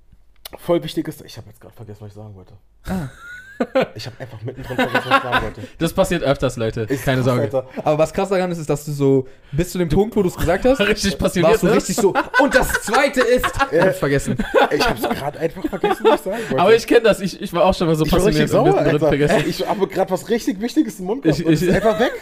voll wichtig ist, ich habe jetzt gerade vergessen, was ich sagen wollte. Ah. Ich habe einfach mittendrin vergessen, was ich sagen wollte. Das passiert öfters, Leute. Ist keine Sorge. Alter. Aber was krass daran ist, ist, dass du so bis zu dem Punkt, wo du es gesagt hast, richtig passioniert, warst du ne? richtig so. Und das Zweite ist, äh, ich hab's vergessen. Ich hab's gerade einfach vergessen, was ich sagen wollte. Aber ich kenne das. Ich, ich war auch schon mal so ich passioniert und sauer, mittendrin vergessen. Ich habe gerade was richtig Wichtiges im Mund gehabt ich, und ich, ist einfach weg.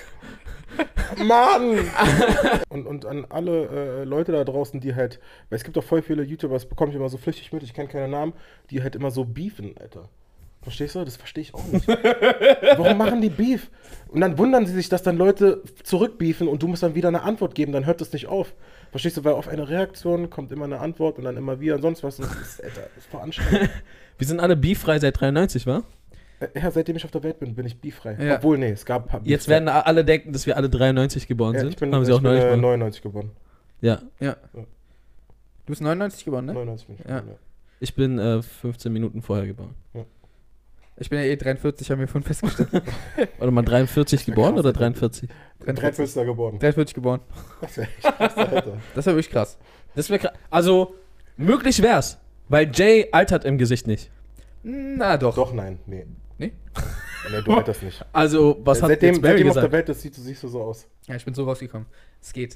Mann! und, und an alle äh, Leute da draußen, die halt, weil es gibt doch voll viele YouTuber, das bekomme ich immer so flüchtig mit, ich kenne keine Namen, die halt immer so beefen, Alter. Verstehst du? Das verstehe ich auch nicht. Warum machen die Beef? Und dann wundern sie sich, dass dann Leute zurückbeefen und du musst dann wieder eine Antwort geben, dann hört das nicht auf. Verstehst du? Weil auf eine Reaktion kommt immer eine Antwort und dann immer wieder und sonst was. Das ist, Alter, das ist voll anstrengend. Wir sind alle beeffrei seit dreiundneunzig, wa? Ja, seitdem ich auf der Welt bin, bin ich beefrei. Ja. Obwohl, nee, es gab ein paar Beef. Jetzt werden alle denken, dass wir alle dreiundneunzig geboren ja, sind. Ich bin, Haben ich sie auch bin neulich äh, neunundneunzig geboren. Ja. ja. Ja. Du bist neunundneunzig geboren, ne? neunundneunzig bin ich ja. geboren, ja. Ich bin äh, fünfzehn Minuten vorher geboren. Ja. Ich bin ja eh dreiundvierzig, haben wir vorhin festgestellt. Warte mal, dreiundvierzig geboren oder dreiundvierzig? dreiundvierzig geboren. dreiundvierzig geboren. Das wäre echt krass, Alter. Das wäre wirklich krass. Das wäre krass. Also, möglich wär's, weil Jay altert im Gesicht nicht. Na doch. Doch, nein, nee. Nee? Nee, du alterst nicht. Also, was ja, hat seitdem, jetzt Barry seitdem gesagt? auf der Welt ist, siehst du, siehst du so aus. Ja, ich bin so rausgekommen. Es geht.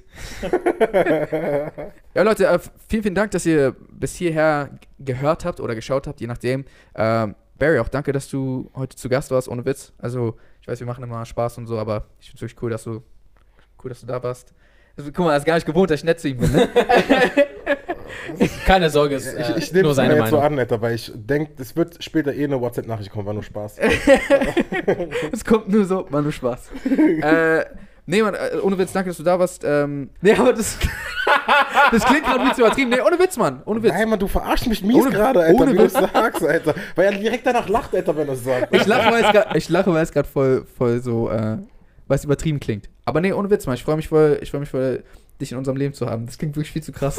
Ja, Leute, äh, vielen, vielen Dank, dass ihr bis hierher gehört habt oder geschaut habt, je nachdem. Ähm, Barry, auch danke, dass du heute zu Gast warst, ohne Witz. Also, ich weiß, wir machen immer Spaß und so, aber ich finde es wirklich cool, dass du cool, dass du da warst. Also, guck mal, er ist gar nicht gewohnt, dass ich nett zu ihm bin, ne? Keine Sorge, es ist ich, äh, ich nehme nur es seine mir Meinung. jetzt so an, Alter, weil ich denke, es wird später eh eine WhatsApp-Nachricht kommen, war nur Spaß. Es kommt nur so, war nur Spaß. äh, nee, Mann, äh, ohne Witz, danke, dass du da warst. Ähm, nee, aber das, das klingt gerade wie zu übertrieben. Nee, ohne Witz, Mann, ohne Witz. Nein, Mann, du verarschst mich mies gerade, Alter, ohne wie du sagst, Alter. Weil er direkt danach lacht, Alter, wenn er es sagt. Ich lache, weil es grad, ich lache, weil es gerade voll, voll so, äh, weil es übertrieben klingt. Aber nee, ohne Witz, Mann, ich freue mich voll, ich freue mich voll, dich in unserem Leben zu haben. Das klingt wirklich viel zu krass.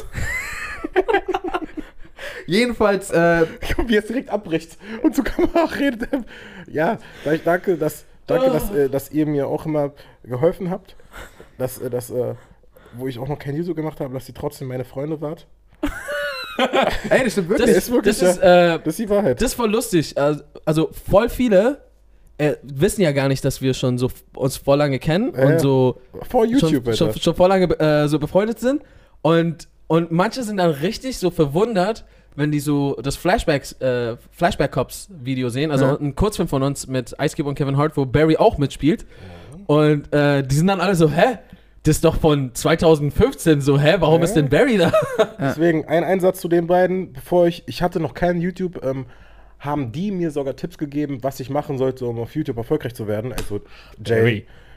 Jedenfalls, äh... Wie er es direkt abbricht und zur Kamera redet. Ja, sag ich danke, dass, danke, oh. dass, äh, dass ihr mir auch immer geholfen habt. Dass, äh, dass äh, wo ich auch noch kein YouTube gemacht habe, dass ihr trotzdem meine Freunde wart. Ey, das stimmt wirklich. Das, das ist wirklich, das, ist, ja, äh, das ist die Wahrheit. Das ist voll lustig. Also, also voll viele äh, wissen ja gar nicht, dass wir schon so uns voll lange kennen ja, und so vor YouTube, schon, schon, schon voll lange äh, so befreundet sind. Und, und manche sind dann richtig so verwundert, wenn die so das Flashbacks, äh, Flashback-Cops-Video sehen, also ja. ein Kurzfilm von uns mit Ice Cube und Kevin Hart, wo Barry auch mitspielt. Ja. Und äh, die sind dann alle so, hä? Das ist doch von zweitausendfünfzehn so, hä? Warum ja. ist denn Barry da? Deswegen ein Einsatz zu den beiden, bevor ich, ich hatte noch keinen YouTube, ähm, haben die mir sogar Tipps gegeben, was ich machen sollte, um auf YouTube erfolgreich zu werden. Also Jay,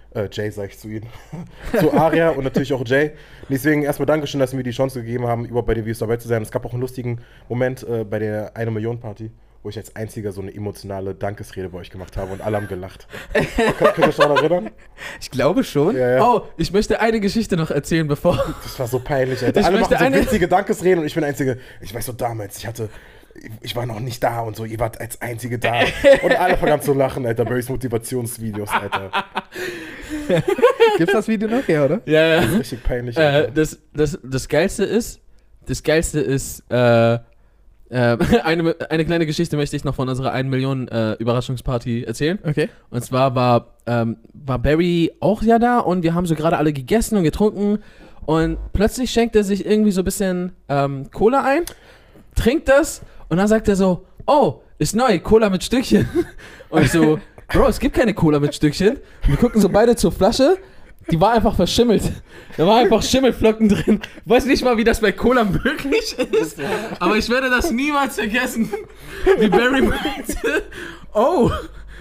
Äh, Jay sag ich zu ihnen. Zu Aria und natürlich auch Jay. Deswegen erstmal Dankeschön, dass sie mir die Chance gegeben haben, überhaupt bei den Videos dabei zu sein. Es gab auch einen lustigen Moment äh, bei der eine Million Party, wo ich als einziger so eine emotionale Dankesrede bei euch gemacht habe und alle haben gelacht. Könnt, könnt ihr euch daran erinnern? Ich glaube schon. Ja, ja. Oh, ich möchte eine Geschichte noch erzählen, bevor... Das war so peinlich, Alter. Ich Alle möchte machen so eine- witzige Dankesreden und ich bin der Einzige. Ich weiß so damals, ich hatte... Ich war noch nicht da und so, ihr wart als Einzige da. Und alle fangen an zu lachen, Alter. Barrys Motivationsvideos, Alter. Gibt's das Video noch? Ja, oder? Ja, ja. Das ist richtig peinlich, Äh, Alter. das, das, das Geilste ist, das Geilste ist, äh, äh, eine, eine kleine Geschichte möchte ich noch von unserer eine Million äh, Überraschungsparty erzählen. Okay. Und zwar war, ähm, war Barry auch ja da und wir haben so gerade alle gegessen und getrunken und plötzlich schenkt er sich irgendwie so ein bisschen ähm, Cola ein, trinkt das und dann sagt er so, oh, ist neu, Cola mit Stückchen. Und ich so, Bro, es gibt keine Cola mit Stückchen. Und wir gucken so beide zur Flasche, die war einfach verschimmelt. Da war einfach Schimmelflocken drin. Weiß nicht mal, wie das bei Cola möglich ist, aber ich werde das niemals vergessen, wie Barry meinte, oh,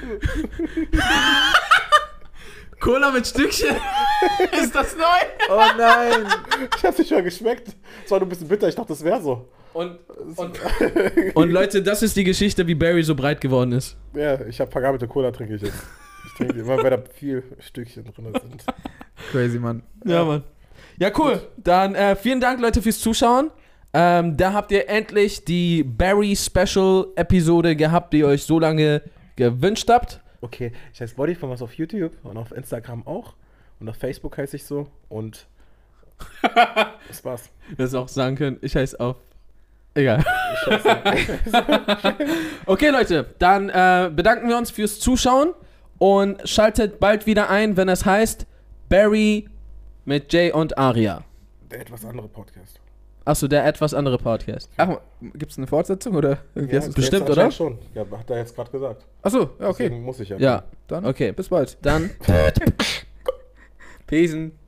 Cola mit Stückchen, ist das neu? Oh nein. Ich hab's nicht mal geschmeckt. Es war nur ein bisschen bitter, ich dachte, das wäre so. Und, und, und Leute, das ist die Geschichte, wie Barry so breit geworden ist. Ja, ich hab vergabelte Cola, trinke ich jetzt. Ich trinke die immer, weil da viel Stückchen drin sind. Crazy, Mann. Ja, Mann. Ja, cool. Dann äh, vielen Dank, Leute, fürs Zuschauen. Ähm, da habt ihr endlich die Barry-Special-Episode gehabt, die ihr euch so lange gewünscht habt. Okay, ich heiße Bodyformers auf YouTube und auf Instagram auch. Und auf Facebook heiße ich so. Und das war's. Das auch sagen können, ich heiße auf. Egal. Ich heiße, Okay, Leute, dann äh, bedanken wir uns fürs Zuschauen und schaltet bald wieder ein, wenn es heißt Barry mit Jay und Aria. der etwas andere Podcast. Achso, der etwas andere Podcast. Ach, gibt's eine Fortsetzung oder irgendwie hast du's- bestimmt, jetzt oder? anscheinend schon. Ja, hat er jetzt gerade gesagt. Achso, ja, okay. Deswegen muss ich ja. Ja, Dann okay. bis bald. Dann. Pesen.